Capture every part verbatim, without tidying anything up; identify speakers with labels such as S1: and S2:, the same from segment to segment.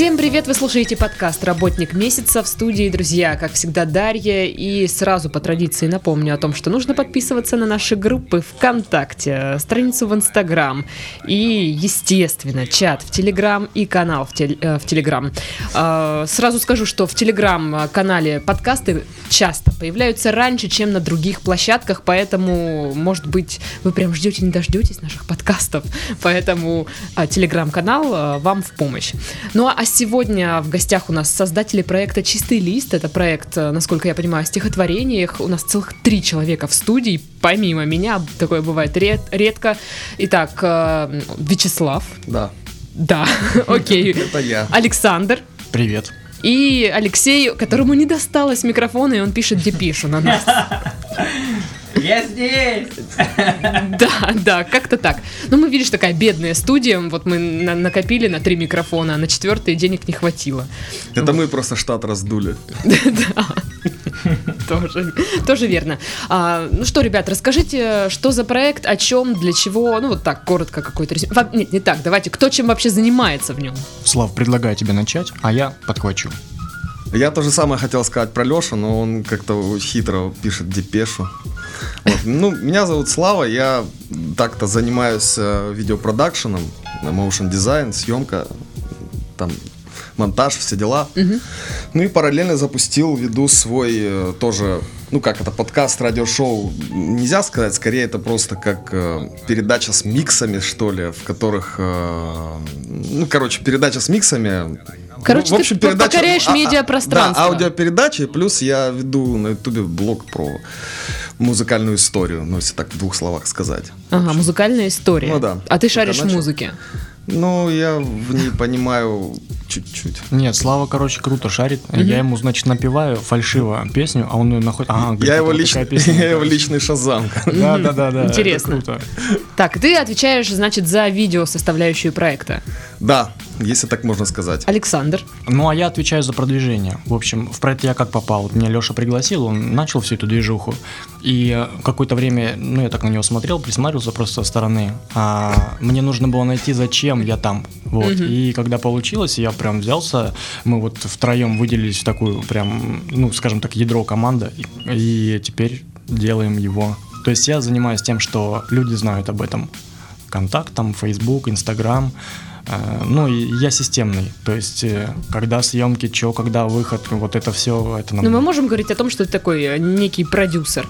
S1: Всем привет! Вы слушаете подкаст «Работник месяца», в студии, друзья, как всегда, Дарья. И сразу по традиции напомню о том, что нужно подписываться на наши группы ВКонтакте, страницу в Инстаграм и, естественно, чат в Телеграм и канал в, тел- э, в Телеграм. Э, сразу скажу, что в Телеграм-канале подкасты часто появляются раньше, чем на других площадках, поэтому, может быть, вы прям ждете, не дождетесь наших подкастов, поэтому э, Телеграм-канал э, вам в помощь. Ну а сегодня в гостях у нас создатели проекта «Чистый лист». Это проект, насколько я понимаю, о стихотворениях. У нас целых три человека в студии, помимо меня. Такое бывает ред- редко. Итак, э, Вячеслав.
S2: Да.
S1: Да, окей.
S2: Это я.
S1: Александр.
S3: Привет.
S1: И Алексей, которому не досталось микрофона, и он пишет депешу на нас.
S4: Я здесь!
S1: Да, да, как-то так. Ну, мы видишь, такая бедная студия. Вот мы на- накопили на три микрофона, а на четвертый денег не хватило.
S2: Это мы просто штат раздули.
S1: Да, тоже, тоже верно. А, ну что, ребят, расскажите, что за проект, о чем, для чего, ну вот так, коротко какой-то резюме. Во- Нет, не так, давайте, кто чем вообще занимается в нем?
S3: Слав, предлагаю тебе начать, а я подхвачу.
S2: Я то же самое хотел сказать про Лешу, но он как-то хитро пишет депешу. Вот. Ну, меня зовут Слава, я так-то занимаюсь э, видеопродакшеном, моушн дизайн, съемка, там монтаж, все дела.
S1: Мгм.
S2: Ну и параллельно запустил, веду свой э, тоже, ну как это, подкаст, радиошоу, нельзя сказать, скорее это просто как э, передача с миксами, что ли, в которых, э, ну короче, передача с миксами.
S1: Короче,
S2: Ну, в общем,
S1: ты
S2: передача-
S1: покоряешь
S2: а- а-
S1: медиапространство.
S2: Да, аудиопередачи, плюс я веду на ютубе блог про музыкальную историю, ну если так в двух словах сказать.
S1: Ага, музыкальная история.
S2: Ну да.
S1: А ты
S2: Только
S1: шаришь в
S2: начал.
S1: музыке.
S2: Ну, я в ней понимаю чуть-чуть.
S3: Нет, Слава, короче, круто шарит. Я ему, значит, напеваю фальшиво песню, а он ее находит. Ага, говорит,
S2: Я
S3: это
S2: его,
S3: вот
S2: личный,
S3: такая песня.
S2: я его личный шазам.
S3: Да, да, да, да.
S1: Интересно.
S3: Это круто.
S1: Так, ты отвечаешь, значит, за видео составляющую проекта.
S2: Да, если так можно сказать.
S1: Александр.
S3: Ну, а я отвечаю за продвижение. В общем, в проект я как попал. Вот меня Леша пригласил, он начал всю эту движуху. И э, какое-то время, ну, я так на него смотрел, присматривался просто со стороны. А мне нужно было найти, зачем я там. Вот.
S1: Мгм.
S3: И когда получилось, я прям взялся, мы вот втроем выделились в такую прям, ну, скажем так, ядро команда. И, и теперь делаем его. То есть я занимаюсь тем, что люди знают об этом. Контакт, там, Facebook, Instagram. Э, Ну, и я системный. То есть, э, когда съемки, что, когда выход, вот это все, это нам...
S1: Ну, мы можем говорить о том, что ты такой э, некий продюсер.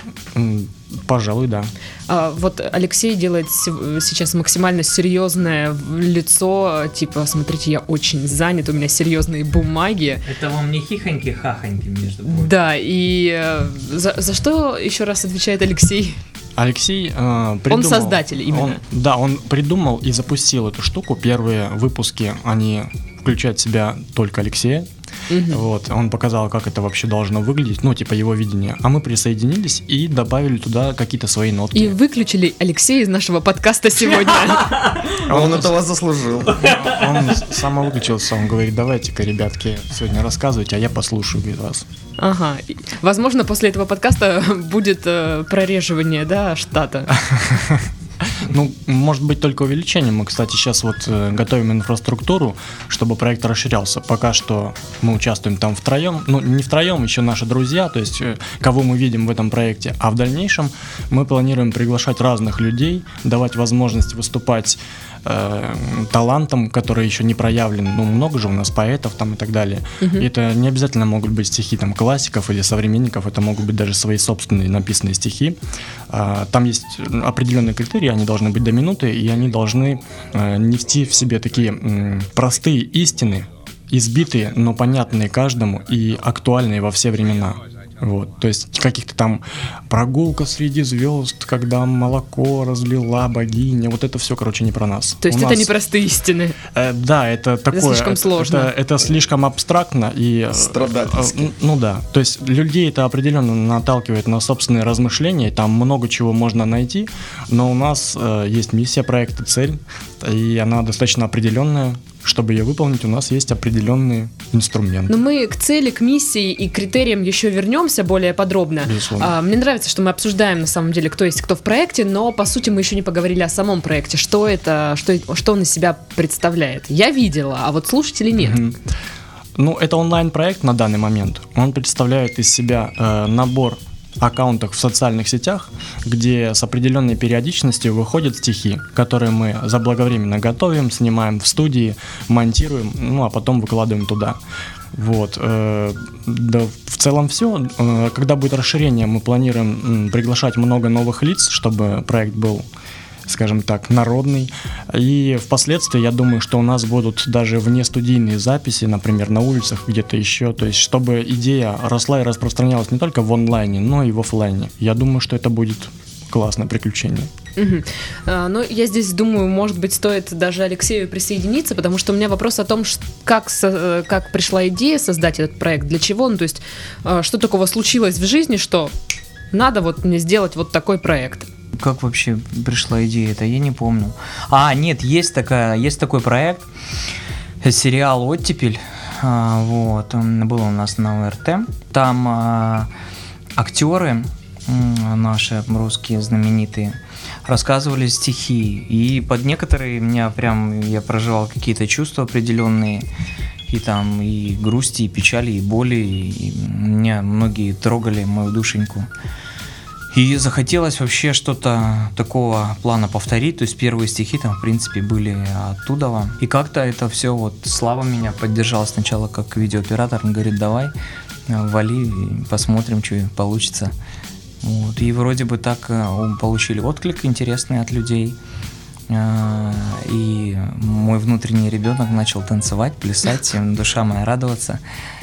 S3: М, Пожалуй, да.
S1: А, вот Алексей делает се- сейчас максимально серьезное в- лицо, типа, смотрите, я очень занят, у меня серьезные бумаги.
S4: Это вам не хихоньки-хахоньки, между прочим.
S1: Да, и э, за, за что еще раз отвечает Алексей?
S3: Алексей э, придумал...
S1: Он создатель именно.
S3: Он- да, он придумал и запустил эту штуку. Первые выпуски, они включают в себя только Алексея.
S1: Мгм.
S3: Вот, он показал, как это вообще должно выглядеть, ну, типа его видение. А мы присоединились и добавили туда какие-то свои нотки.
S1: И выключили Алексея из нашего подкаста сегодня.
S2: А он этого заслужил.
S3: Он самовыключился, он говорит, давайте-ка, ребятки, сегодня рассказывайте, а я послушаю говорит, вас.
S1: Ага. И, возможно, после этого подкаста будет э, прореживание, да, штата.
S3: Ну, может быть, только увеличение. Мы, кстати, сейчас вот э, готовим инфраструктуру, чтобы проект расширялся. Пока что мы участвуем там втроем. Ну, не втроем, еще наши друзья, то есть э, кого мы видим в этом проекте. А в дальнейшем мы планируем приглашать разных людей, давать возможность выступать э, талантам, которые еще не проявлены. Ну, много же у нас поэтов там и так далее.
S1: Мгм.
S3: И это не обязательно могут быть стихи там классиков или современников, это могут быть даже свои собственные написанные стихи. А, Там есть определенные критерии, они должны быть до минуты, и они должны э, нести в себе такие м, простые истины, избитые, но понятные каждому и актуальные во все времена. Вот, то есть каких-то там прогулка среди звезд, когда молоко разлила богиня, вот это все, короче, не про нас.
S1: То есть
S3: У
S1: это
S3: нас-
S1: не простые истины.
S3: Э, да, это такое.
S1: слишком
S3: это-
S1: сложно.
S3: Это, это слишком абстрактно и э,
S2: Страдательски.
S3: э, ну да, то есть людей это определенно наталкивает на собственные размышления. Там много чего можно найти, но у нас э, есть миссия проекта, цель, и она достаточно определенная. чтобы ее выполнить, у нас есть определенные инструменты.
S1: Но мы к цели, к миссии и критериям еще вернемся более подробно.
S3: Безусловно.
S1: А, мне нравится, что мы обсуждаем на самом деле, кто есть кто в проекте, но по сути мы еще не поговорили о самом проекте. Что это, что, что он из себя представляет. Я видела, а вот слушатели нет.
S3: Mm-hmm. Ну, это онлайн-проект на данный момент. Он представляет из себя э, набор аккаунтах в социальных сетях, где с определенной периодичностью выходят стихи, которые мы заблаговременно готовим, снимаем в студии, монтируем, ну а потом выкладываем туда. Вот. Э, да, в целом все. Э, когда будет расширение, мы планируем м, приглашать много новых лиц, чтобы проект был, скажем так, народный. И впоследствии, я думаю, что у нас будут даже внестудийные записи, например, на улицах, где-то еще. То есть, чтобы идея росла и распространялась не только в онлайне, но и в офлайне. Я думаю, что это будет классное приключение.
S1: Угу. А, ну, я здесь думаю, может быть, стоит даже Алексею присоединиться, потому что у меня вопрос о том, как, со, как пришла идея создать этот проект, для чего, ну, то есть, что такого случилось в жизни, что надо вот мне сделать вот такой проект.
S5: Как вообще пришла идея, это я не помню. А, нет, есть такая, есть такой проект, сериал «Оттепель», а, вот, он был у нас на ОРТ. Там а, актеры наши русские знаменитые рассказывали стихи, и под некоторые меня прям, я проживал какие-то чувства определенные, и там и грусти, и печали, и боли, и меня многие трогали мою душеньку. И захотелось вообще что-то такого плана повторить, то есть первые стихи там в принципе были оттуда. И как-то это все, вот Слава меня поддержал сначала как видеооператор, он говорит, давай, вали, посмотрим, что получится. Вот. И вроде бы так получили отклик интересный от людей. И мой внутренний ребенок начал танцевать, плясать, душа моя радоваться.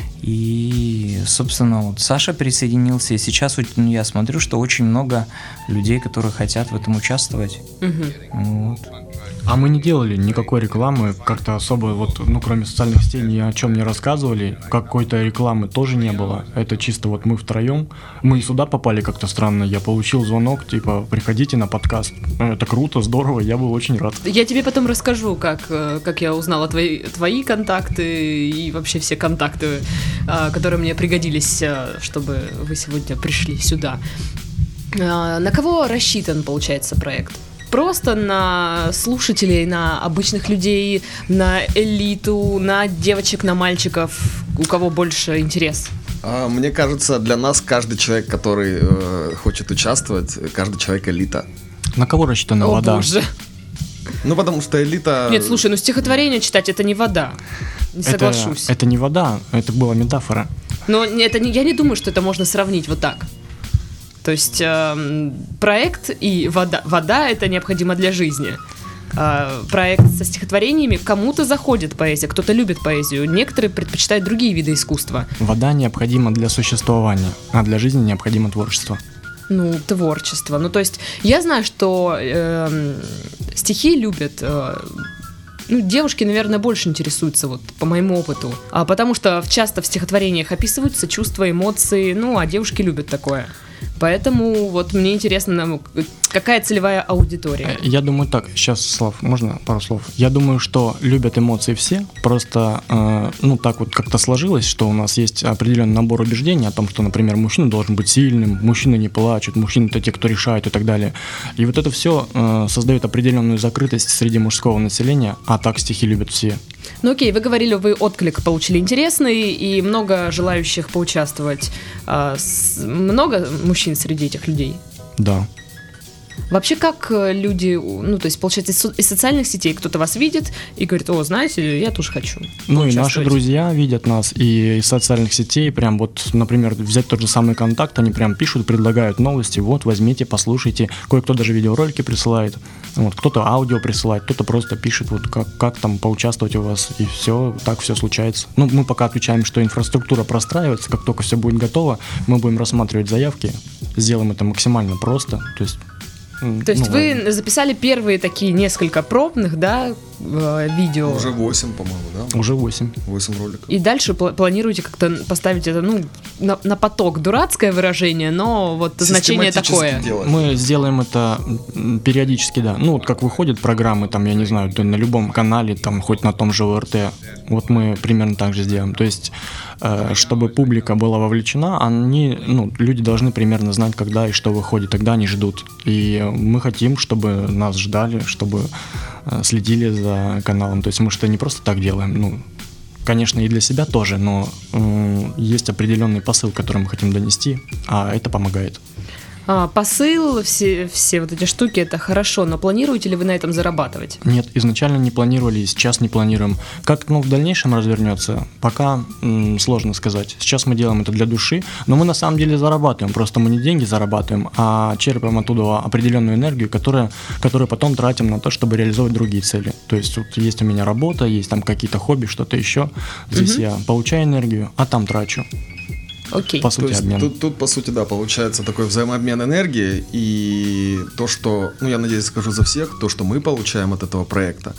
S5: И, собственно, вот Саша присоединился, и сейчас я смотрю, что очень много людей, которые хотят в этом участвовать. Угу. Вот.
S3: А мы не делали никакой рекламы, как-то особо, вот, ну, кроме социальных сетей, ни о чем не рассказывали, какой-то рекламы тоже не было. Это чисто вот мы втроем. Мы сюда попали как-то странно, я получил звонок, типа, приходите на подкаст. Это круто, здорово, я был очень рад.
S1: Я тебе потом расскажу, как, как я узнала твои, твои контакты и вообще все контакты, которые мне пригодились, чтобы вы сегодня пришли сюда. На кого рассчитан, получается, проект? Просто на слушателей, на обычных людей, на элиту, на девочек, на мальчиков, у кого больше интерес?
S2: А, мне кажется, для нас каждый человек, который э, хочет участвовать, каждый человек элита.
S3: На кого рассчитана
S1: О,
S3: вода?
S1: Боже.
S2: Ну, потому что элита...
S1: Нет, слушай, ну стихотворение читать — это не вода. Не соглашусь.
S3: Это, это не вода, это была метафора.
S1: Но это не, я не думаю, что это можно сравнить вот так. То есть э, проект и вода. Вода — это необходимо для жизни. Э, проект со стихотворениями, кому-то заходит поэзия, кто-то любит поэзию, некоторые предпочитают другие виды искусства.
S3: Вода необходима для существования, а для жизни необходимо творчество.
S1: Ну, творчество. Ну, то есть я знаю, что э, стихи любят... Э, Ну, девушки, наверное, больше интересуются, вот, по моему опыту. А потому что часто в стихотворениях описываются чувства, эмоции, ну, а девушки любят такое. Поэтому вот мне интересно, какая целевая аудитория?
S3: Я думаю так, сейчас, Слав, можно пару слов? Я думаю, что любят эмоции все, просто, э, ну, так вот как-то сложилось, что у нас есть определенный набор убеждений о том, что, например, мужчина должен быть сильным, мужчины не плачут, мужчины — это те, кто решает и так далее. И вот это все э, создает определенную закрытость среди мужского населения, а так стихи любят все.
S1: Ну окей, вы говорили, вы отклик получили интересный и много желающих поучаствовать. А, с, много мужчин среди этих людей?
S3: Да.
S1: Вообще, как люди, ну, то есть, получается, из, со- из социальных сетей кто-то вас видит и говорит, о, знаете, я тоже хочу.
S3: Ну и наши друзья видят нас, и из социальных сетей, прям вот, например, взять тот же самый контакт, они прям пишут, предлагают новости, вот, возьмите, послушайте, кое-кто даже видеоролики присылает, вот, кто-то аудио присылает, кто-то просто пишет, вот, как, как там поучаствовать у вас, и все, так все случается. Ну, мы пока отвечаем, что инфраструктура простраивается, как только все будет готово, мы будем рассматривать заявки, сделаем это максимально просто, то есть...
S1: То есть
S3: ну,
S1: вы
S3: ладно.
S1: записали первые такие несколько пробных, да, видео.
S2: Уже восемь, по-моему, да?
S3: Уже восемь.
S2: восемь роликов.
S1: И дальше пл- планируете как-то поставить это, ну, на, на поток дурацкое выражение, но вот значение такое.
S2: Делать.
S3: Мы сделаем это м, периодически, да. Ну, вот как выходят программы, там, я не знаю, то на любом канале, там, хоть на том же ОРТ, вот мы примерно так же сделаем. То есть, э, чтобы публика была вовлечена, они, ну, люди должны примерно знать, когда и что выходит, тогда они ждут. И мы хотим, чтобы нас ждали, чтобы э, следили за каналом. То есть мы что не просто так делаем, ну, конечно, и для себя тоже, но э, есть определенный посыл, который мы хотим донести, а это помогает.
S1: А, посыл, все, все вот эти штуки, это хорошо, но планируете ли вы на этом зарабатывать?
S3: Нет, изначально не планировали, и сейчас не планируем. Как ну, в дальнейшем развернется, пока м, сложно сказать. Сейчас мы делаем это для души, но мы на самом деле зарабатываем. Просто мы не деньги зарабатываем, а черпаем оттуда определенную энергию, которая, которую потом тратим на то, чтобы реализовать другие цели. То есть вот есть у меня работа, есть там какие-то хобби, что-то еще. Здесь
S1: Мгм.
S3: я получаю энергию, а там трачу.
S1: Окей.
S3: По
S2: То
S3: сути,
S2: есть
S3: обмен.
S2: тут, тут, по сути, да, получается такой взаимообмен энергии, и то, что, ну, я надеюсь, скажу за всех, то, что мы получаем от этого проекта,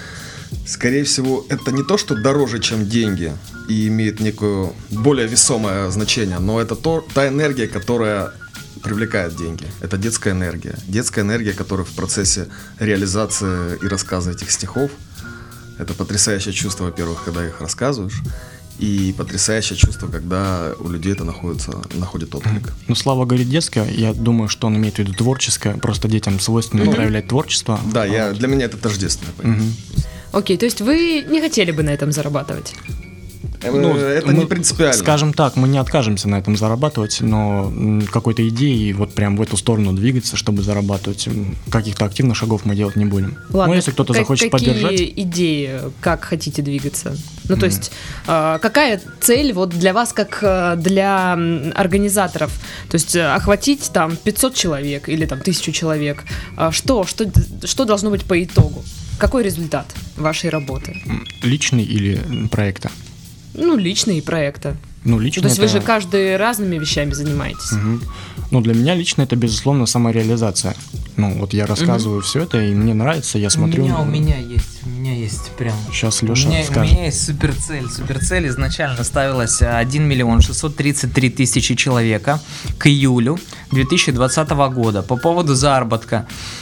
S2: скорее всего, это не то, что дороже, чем деньги, и имеет некое более весомое значение, но это то, та энергия, которая привлекает деньги. Это детская энергия. Детская энергия, которая в процессе реализации и рассказа этих стихов, это потрясающее чувство, во-первых, когда их рассказываешь, и потрясающее чувство, когда у людей это находится, находит отклик.
S3: Ну, Слава говорит детское, я думаю, что он имеет в виду творческое, просто детям свойственно
S2: Ну,
S3: проявлять творчество.
S2: Да,
S3: А
S2: я,
S3: вот-
S2: для меня это тождественно. понятие.
S3: Мгм.
S1: Окей, то есть вы не хотели бы на этом зарабатывать?
S2: Э,
S3: Ну,
S2: это
S3: мы,
S2: не принципиально.
S3: Скажем так, мы не откажемся на этом зарабатывать, но м, какой-то идеи вот прям в эту сторону двигаться, чтобы зарабатывать, м, каких-то активных шагов мы делать не будем.
S1: Ладно,
S3: Но если кто-то
S1: ка-
S3: захочет
S1: какие
S3: поддержать,
S1: идеи, как хотите двигаться? Ну, то есть, а, какая цель вот для вас, как а, для м, организаторов? То есть, а, охватить там пятьсот человек или там тысячу человек? А, Что, что, что должно быть по итогу? Какой результат вашей работы?
S3: м, личный или м, проекта?
S1: Ну, личные проекты.
S3: Ну, лично
S1: То есть, вы
S3: это-
S1: же каждый разными вещами занимаетесь.
S3: Мгм. Ну, для меня лично это, безусловно, самореализация. Ну, вот я рассказываю все это, и мне нравится, я смотрю.
S5: У меня, у меня есть, у меня есть прям.
S3: Сейчас
S5: У
S3: Леша
S5: меня, у
S3: скажет.
S5: меня есть суперцель. Суперцель изначально ставилась один миллион шестьсот тридцать три тысячи человека к июлю две тысячи двадцатого года. По поводу заработка.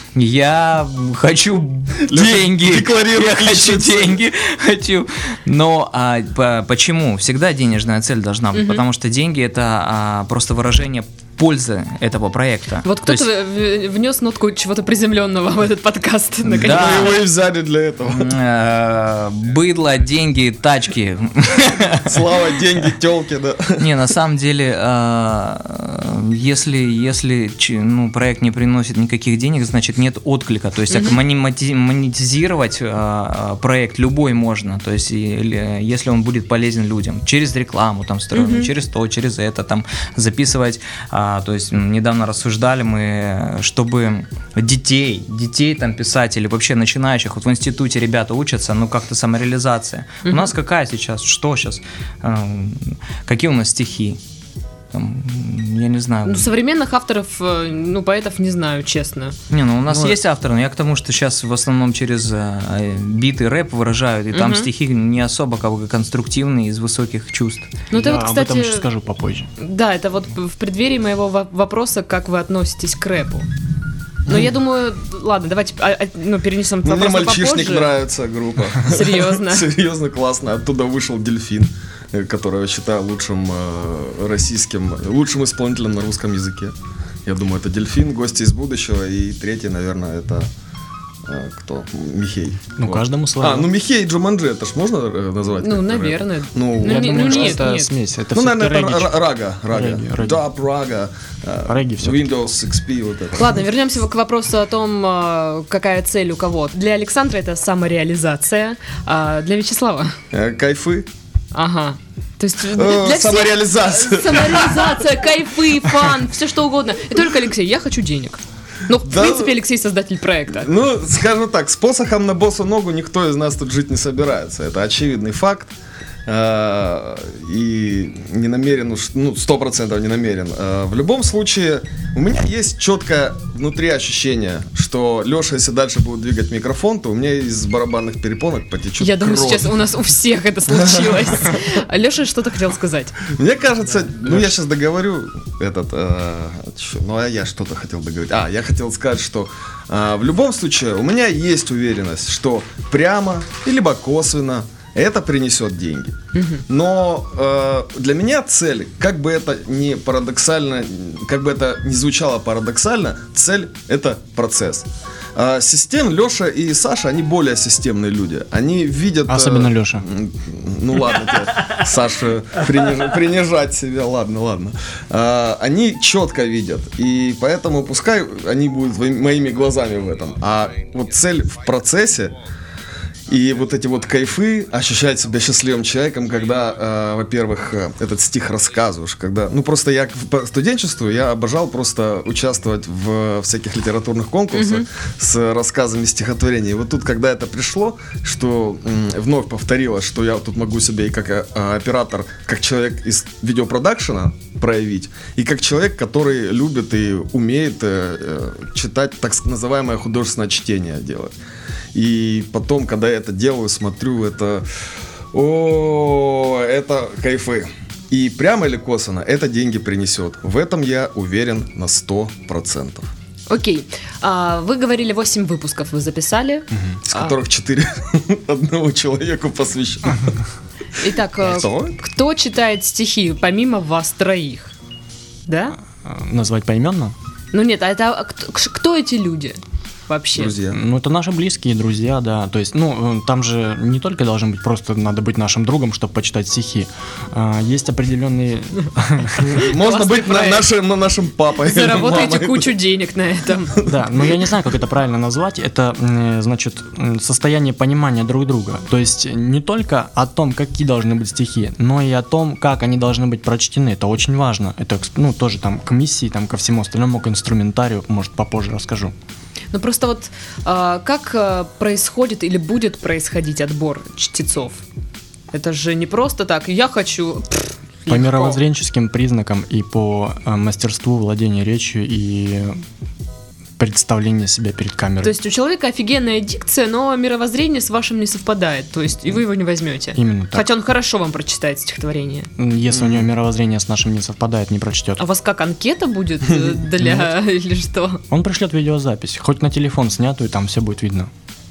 S5: Я хочу деньги.
S2: декларирует
S5: Я хочу
S2: личную цель.
S5: деньги. Хочу. Но а, по- почему? Всегда денежная цель должна быть.
S1: Мгм.
S5: Потому что деньги это а, просто выражение пользы этого проекта.
S1: Вот
S5: То есть-
S1: кто-то в- внес нотку чего-то приземленного в этот подкаст. наконец.
S5: Да.
S2: Мы его и взяли для этого.
S5: Э, Быдло, деньги, тачки.
S2: Слава, деньги, телки, да.
S5: Не, на самом деле, э, если, если ч- ну, проект не приносит никаких денег, значит нет отклика. То есть
S1: Мгм.
S5: мони- моти- монетизировать э, проект любой можно. То есть или, если он будет полезен людям. Через рекламу там встроенную,
S1: Мгм.
S5: через то, через это там записывать. а, то есть м, недавно рассуждали мы, чтобы детей, детей там писать или вообще начинающих, вот в институте ребята учатся, ну как-то самореализация. У
S1: Мгм.
S5: нас какая сейчас, что сейчас, Эм, какие у нас стихи? Там, я не знаю.
S1: Ну, современных авторов, э, ну, поэтов не знаю, честно.
S5: Не, ну у нас
S2: Ну,
S5: есть авторы, но я к тому, что сейчас в основном через э, биты рэп выражают, и там
S1: Мгм.
S5: стихи не особо как бы конструктивные, из высоких чувств.
S1: Ну, это
S3: Я
S1: вот,
S3: об этом
S1: кстати,
S3: еще скажу попозже.
S1: да, это вот в преддверии моего во- вопроса, как вы относитесь к рэпу. Но я думаю, ладно, давайте а, а, ну, перенесем
S2: Мне
S1: вопрос на
S2: мальчишник
S1: попозже.
S2: нравится группа.
S1: Серьезно.
S2: Серьезно, классно. Оттуда вышел Дельфин, э, которого я считаю лучшим э, российским, лучшим исполнителем на русском языке. Я думаю, это Дельфин, Гости из будущего. И третий, наверное, это э, кто? Михей.
S3: Ну,
S2: Вот.
S3: каждому свое.
S2: А, ну Михей и Джуманджи, это ж можно э, назвать?
S1: Ну,
S2: как
S1: наверное.
S2: рэп? Ну,
S1: Ну,
S3: Я
S1: не-
S3: думаю,
S1: ну,
S3: что
S1: нет,
S3: это
S1: нет.
S3: смесь. Это
S2: ну,
S3: всё-таки
S2: наверное, это
S3: регги.
S2: ра- рага, рага.
S3: Регги, регги.
S2: Даб, рага, э,
S3: Регги всё-таки.
S2: Windows икс пи, вот это.
S1: Ладно, вернемся к вопросу о том, э, какая цель у кого. Для Александра это самореализация, а для Вячеслава?
S2: Э, Кайфы.
S1: Ага. То есть
S2: Э,
S1: для всех-
S2: Самореализация.
S1: самореализация, кайфы, фан, все что угодно. И только Алексей, я хочу денег. Ну, в
S2: Да.
S1: принципе, Алексей создатель проекта.
S2: Ну, скажем так, с посохом на босу ногу никто из нас тут жить не собирается. Это очевидный факт. э, и не намерен, уж, ну, сто процентов не намерен. Э, в любом случае, у меня есть четкое внутри ощущение, что Леша, если дальше будет двигать микрофон, то у меня из барабанных перепонок потечет
S1: Я думаю,
S2: кровь.
S1: сейчас у нас у всех это случилось. Леша что-то хотел сказать.
S2: Мне кажется, ну я сейчас договорю этот, э, чё, ну а я что-то хотел договорить. А, я хотел сказать, что э, в любом случае у меня есть уверенность, что прямо либо косвенно это принесет деньги. Но э, для меня цель, как бы это ни парадоксально, как бы это ни звучало парадоксально, цель это процесс. Э, систем Леша и Саша, они более системные люди. Они видят...
S3: Особенно
S2: э,
S3: Леша.
S2: Ну ладно, тебе, Саша, приниж- принижать себя, ладно, ладно. Э, они четко видят, и поэтому пускай они будут моими глазами в этом. А вот цель в процессе, и вот эти вот кайфы, ощущать себя счастливым человеком, когда, э, во-первых, э, этот стих рассказываешь, когда, ну просто я по студенчеству, я обожал просто участвовать в всяких литературных конкурсах mm-hmm. с рассказами стихотворений. И вот тут, когда это пришло, что м, вновь повторилось, что я тут могу себя и как э, оператор, как человек из видеопродакшена проявить, и как человек, который любит и умеет э, э, читать так называемое художественное чтение делать. И потом, когда я это делаю, смотрю, это... О, это кайфы. И прямо или косвенно это деньги принесет. В этом я уверен на сто процентов.
S1: Окей. А, вы говорили, восемь выпусков вы записали.
S2: Угу. Из которых четыре одному человеку посвящены.
S1: Итак,
S2: Что?
S1: кто читает стихи, помимо вас троих? Да?
S3: Назвать поименно?
S1: Ну нет, а это кто, кто эти люди? Вообще.
S2: Друзья.
S3: Ну, это наши близкие друзья, да. То есть, ну, там же не только должен быть просто надо быть нашим другом, чтобы почитать стихи. А, есть определенные...
S2: Можно быть нашим, нашим папой.
S1: Заработаете кучу денег на этом.
S3: Да, но я не знаю, как это правильно назвать. Это, значит, состояние понимания друг друга. То есть, не только о том, какие должны быть стихи, но и о том, как они должны быть прочтены. Это очень важно. Это, ну, тоже там к миссии, там, ко всему остальному, к инструментарию, может, попозже расскажу.
S1: Ну просто вот а, как а, происходит или будет происходить отбор чтецов? Это же не просто так, я хочу... Пфф,
S3: по мировоззренческим признакам и по а, мастерству владения речью и представления себя перед камерой.
S1: То есть у человека офигенная дикция, но мировоззрение с вашим не совпадает, то есть и вы его не возьмете.
S3: Именно так.
S1: Хотя он хорошо вам прочитает стихотворение.
S3: Если mm. у него мировоззрение с нашим не совпадает, не прочтет.
S1: А у вас как, анкета будет для... или что?
S3: Он пришлет видеозапись, хоть на телефон снятую, там все будет видно.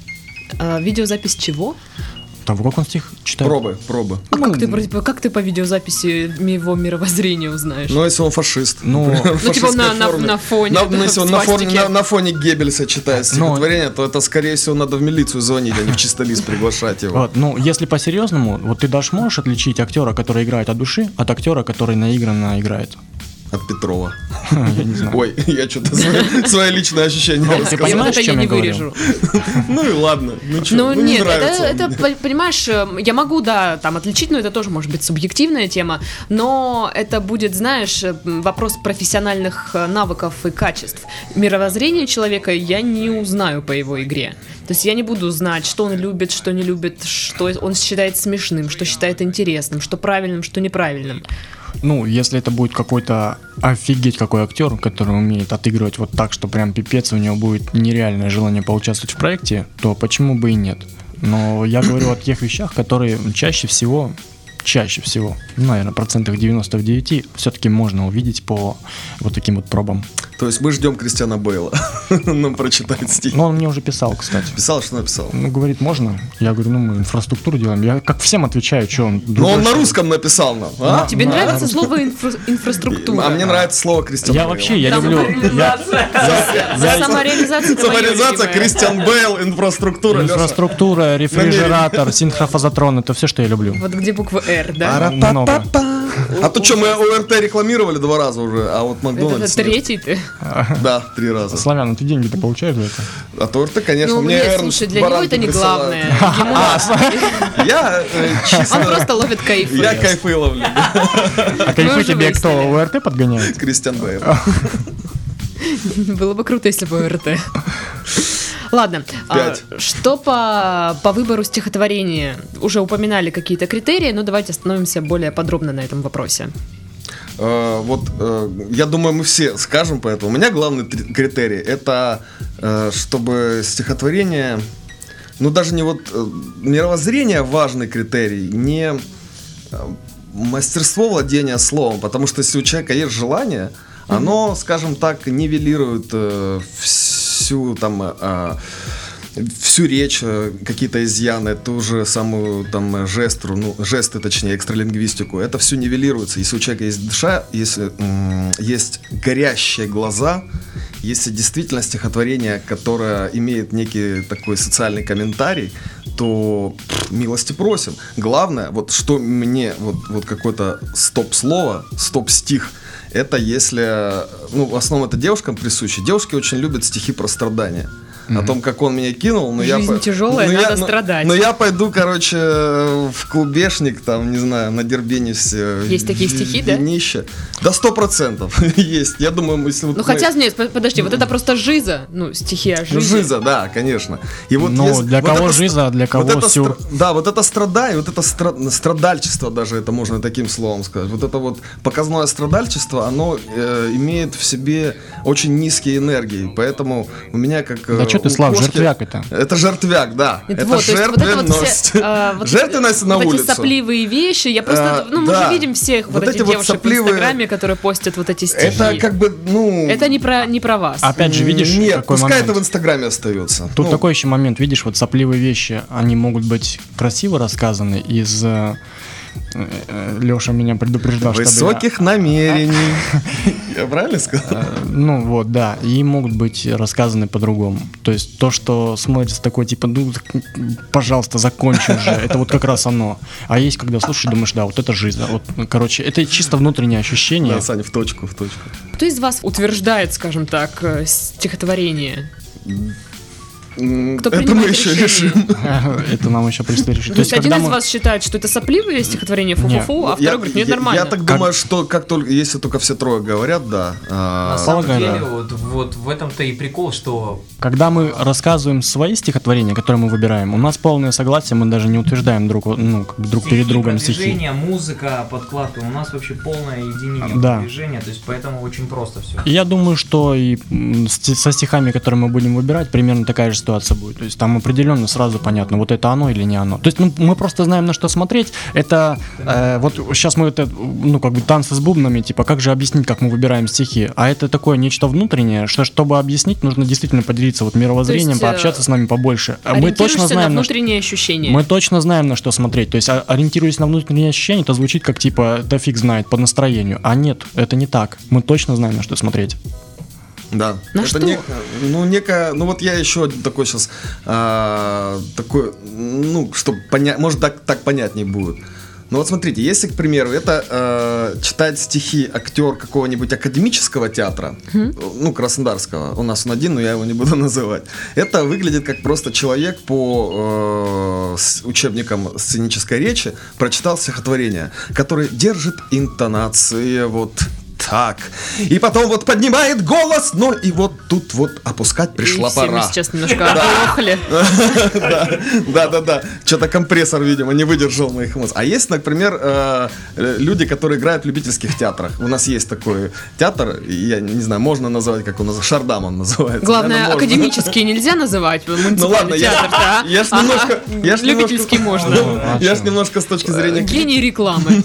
S1: Видеозапись чего?
S3: Того, как он стих читает.
S2: Пробы, пробы.
S1: А как ты, как ты по видеозаписи его мировоззрения узнаешь?
S2: Ну, если он фашист.
S3: Ну,
S1: ну типа на, на, на фоне.
S2: На,
S1: да,
S2: если он на фоне, на, на фоне Геббельса читает стихотворение, то это, скорее всего, надо в милицию звонить, а не в чистолист приглашать его.
S3: Вот, ну, если по-серьезному, вот ты даже можешь отличить актера, который играет от души, от актера, который наигранно играет?
S2: От Петрова.
S3: Я не знаю.
S2: Ой, я что-то свои, свои личные ощущения
S3: Ты
S2: рассказал.
S3: понимаешь,
S1: это
S3: о чем
S1: я не
S3: я говорю?
S1: вырежу.
S2: Ну и ладно. Ну, чё,
S1: Ну,
S2: ну
S1: нет,
S2: не нравится.
S1: это, это, понимаешь, я могу, да, там отличить, но это тоже может быть субъективная тема, но это будет, знаешь, вопрос профессиональных навыков и качеств. Мировоззрение человека я не узнаю по его игре. То есть я не буду знать, что он любит, что не любит, что он считает смешным, что считает интересным, что правильным, что неправильным.
S3: Ну, если это будет какой-то офигеть какой актер, который умеет отыгрывать вот так, что прям пипец, у него будет нереальное желание поучаствовать в проекте, то почему бы и нет? Но я говорю о тех вещах, которые чаще всего, чаще всего, ну, наверное, процентах девяносто девять все-таки можно увидеть по вот таким вот пробам.
S2: То есть мы ждем Кристиана Бейла нам прочитать стихи.
S3: Ну, он мне уже писал, кстати.
S2: Писал, что написал?
S3: Ну, говорит, можно? Я говорю, ну, мы инфраструктуру делаем. Я как всем отвечаю, что он...
S2: Но он на русском написал нам. А?
S1: Тебе нравится слово инфра- инфраструктура?
S2: А мне нравится слово Кристиан Бейл.
S3: Я вообще, я люблю...
S1: Самореализация.
S2: Самореализация, Кристиан Бейл, инфраструктура.
S3: Инфраструктура, рефрижератор, синхрофазотрон, это все, что я люблю.
S1: Вот где буква «Р», да?
S3: Много.
S2: А то что, мы ОРТ рекламировали два раза уже, а вот Макдональдс...
S1: Это третий ты?
S2: Да, три раза.
S3: Славян, ты деньги-то получаешь за это?
S2: А то ОРТ, конечно,
S1: Ну,
S2: мне
S1: нет,
S2: Эрнст
S1: слушай, для него
S2: баранки
S1: это не
S2: присылает.
S1: главное. Ему-
S2: Я э,
S1: Он
S2: чисто...
S1: просто ловит кайфы.
S2: Я кайфы ловлю.
S3: А
S1: Мы
S3: кайфы
S1: уже
S3: тебе кто,
S1: выяснили.
S3: ОРТ подгоняет?
S2: Кристиан Бейл.
S1: Было бы круто, если бы ОРТ. Ладно,
S2: Пять.
S1: а, что по, по выбору стихотворения? Уже упоминали какие-то критерии, но давайте остановимся более подробно на этом вопросе.
S2: Э, Вот, э, я думаю, мы все скажем по этому. У меня главный три- критерий – это э, чтобы стихотворение, ну даже не вот э, мировоззрение важный критерий, не э, мастерство владения словом, потому что если у человека есть желание, оно, скажем так, нивелирует э, всю там э, всю речь, э, какие-то изъяны, ту же самую там жестру, ну жесты, точнее, экстралингвистику. Это все нивелируется. Если у человека есть душа, если м- есть горящие глаза, если действительно стихотворение, которое имеет некий такой социальный комментарий, то пф, милости просим. Главное, вот что мне, вот, вот какое-то стоп-слово, стоп-стих, это если, ну, в основном это девушкам присуще. Девушки очень любят стихи про страдания. О том, как он меня кинул, но я...
S1: Жизнь
S2: по-
S1: тяжелая,
S2: но
S1: надо
S2: я, но-
S1: страдать.
S2: Но я пойду, короче, в клубешник, там, не знаю, на Дербенисе.
S1: Есть такие стихи, да?
S2: Винище. Да, сто процентов есть. Я думаю, если вот
S1: Ну
S2: мы-
S1: хотя, нет, по- подожди, вот это просто жиза, ну, стихи о
S2: Ну,
S1: жизни.
S2: жиза, да, конечно. И вот
S3: Ну,
S2: если-
S3: для
S2: вот
S3: кого
S2: это
S3: жиза,
S2: стра-
S3: а для кого
S2: вот это
S3: сюр.
S2: стра- Да, вот это страдание, вот это стра- страдальчество даже, это можно таким словом сказать. Вот это вот показное страдальчество, оно э, имеет в себе очень низкие энергии, поэтому у меня как... э,
S3: Да что ты,
S2: у
S3: Слав,
S2: кошки-
S3: жертвяк это.
S2: Это жертвяк, да.
S1: Это
S2: Это
S1: вот, то есть вот это вот
S2: жертвенность.
S1: все, а, вот,
S2: Жертвенность на
S1: вот
S2: улицу.
S1: эти сопливые вещи, я просто,
S2: А,
S1: ну мы
S2: да.
S1: же видим всех вот,
S2: Вот
S1: этих
S2: эти вот
S1: девушек
S2: сопливые-
S1: в Инстаграме, которые постят вот эти стихи.
S2: Это как бы, ну...
S1: Это не про, не про вас.
S3: Опять же, видишь,
S2: Нет,
S3: какой
S2: пускай
S3: момент.
S2: это в Инстаграме остается.
S3: Тут
S2: Ну,
S3: такой еще момент, видишь, вот сопливые вещи, они могут быть красиво рассказаны из... Леша меня предупреждал, чтобы я-
S2: высоких намерений. Я правильно сказал?
S3: Э, Ну вот, да, и могут быть рассказаны по-другому. То есть то, что смотрится такой, типа, ну, пожалуйста, закончи уже, это вот как раз оно. А есть, когда слушаешь, думаешь, да, вот это жизнь. Вот, ну, короче, это чисто внутреннее ощущение.
S2: Да, Саня, в точку, в точку.
S1: Кто из вас утверждает, скажем так, э, стихотворение?
S2: М,
S1: Кто
S2: Это мы
S1: принимает
S2: еще
S1: решение?
S2: решим.
S3: Это нам еще предстоит решить.
S1: То есть один из вас считает, что это сопливые стихотворения, фу-фу-фу, а второй
S2: Я-
S1: говорит, нет,
S2: я-
S1: нормально.
S2: Я так
S3: Как-
S2: думаю, что как только, если только все трое говорят, да.
S4: На
S2: а,
S4: самом
S3: Полагаю,
S4: деле,
S3: да.
S4: вот, вот в этом-то и прикол, что
S3: Когда мы рассказываем свои стихотворения, которые мы выбираем, у нас полное согласие, мы даже не утверждаем друг, ну, как бы друг перед
S4: стихи,
S3: другом стихи.
S4: продвижение, музыка, подкладка, у нас вообще полное единение
S3: Да.
S4: движения, то есть поэтому очень просто все.
S3: И я думаю, что и м, с- со стихами, которые мы будем выбирать, примерно такая же ситуация будет. То есть там определенно сразу понятно, вот это оно или не оно. То есть ну, мы просто знаем, на что смотреть. Это э, вот сейчас мы это, ну как бы танцы с бубнами, типа как же объяснить, как мы выбираем стихи. А это такое нечто внутреннее, что чтобы объяснить, нужно действительно поделиться вот мировоззрением,
S1: То есть,
S3: пообщаться с нами побольше. А мы точно
S1: Ориентируешься
S3: знаем,
S1: на
S3: на что...
S1: внутренние ощущения.
S3: Мы точно знаем, на что смотреть. То есть, а- ориентируясь на внутренние ощущения, это звучит как типа, да фиг знает, по настроению. А нет, это не так. Мы точно знаем, на что смотреть.
S2: Да.
S1: На
S2: это
S1: что?
S2: нек- ну, некая, ну вот я еще один такой сейчас, такой, ну, чтобы понять, может так, так понятнее будет. Ну вот смотрите, если, к примеру, это э, читает стихи актер какого-нибудь академического театра, ну, краснодарского, у нас он один, но я его не буду называть, это выглядит как просто человек по э, с- учебникам сценической речи прочитал стихотворение, которое держит интонации вот так. И потом вот поднимает голос, но и вот тут вот опускать пришла
S1: И все мы
S2: пора.
S1: сейчас немножко оглохли.
S2: Да, да, да. Что-то компрессор, видимо, не выдержал моих эмоций. А есть, например, э, люди, которые играют в любительских театрах. У нас есть такой театр, я не знаю, можно назвать, как он называется, Шардам он называется.
S1: Главное,
S2: Наверно, можно.
S1: академические нельзя называть,
S2: Ну ладно,
S1: муниципальный
S2: я,
S1: театр, да?
S2: я ж
S1: Ага.
S2: немножко... Я ж
S1: Любительский
S2: немножко-
S1: можно.
S2: Я ж немножко с точки зрения...
S1: Гений рекламы.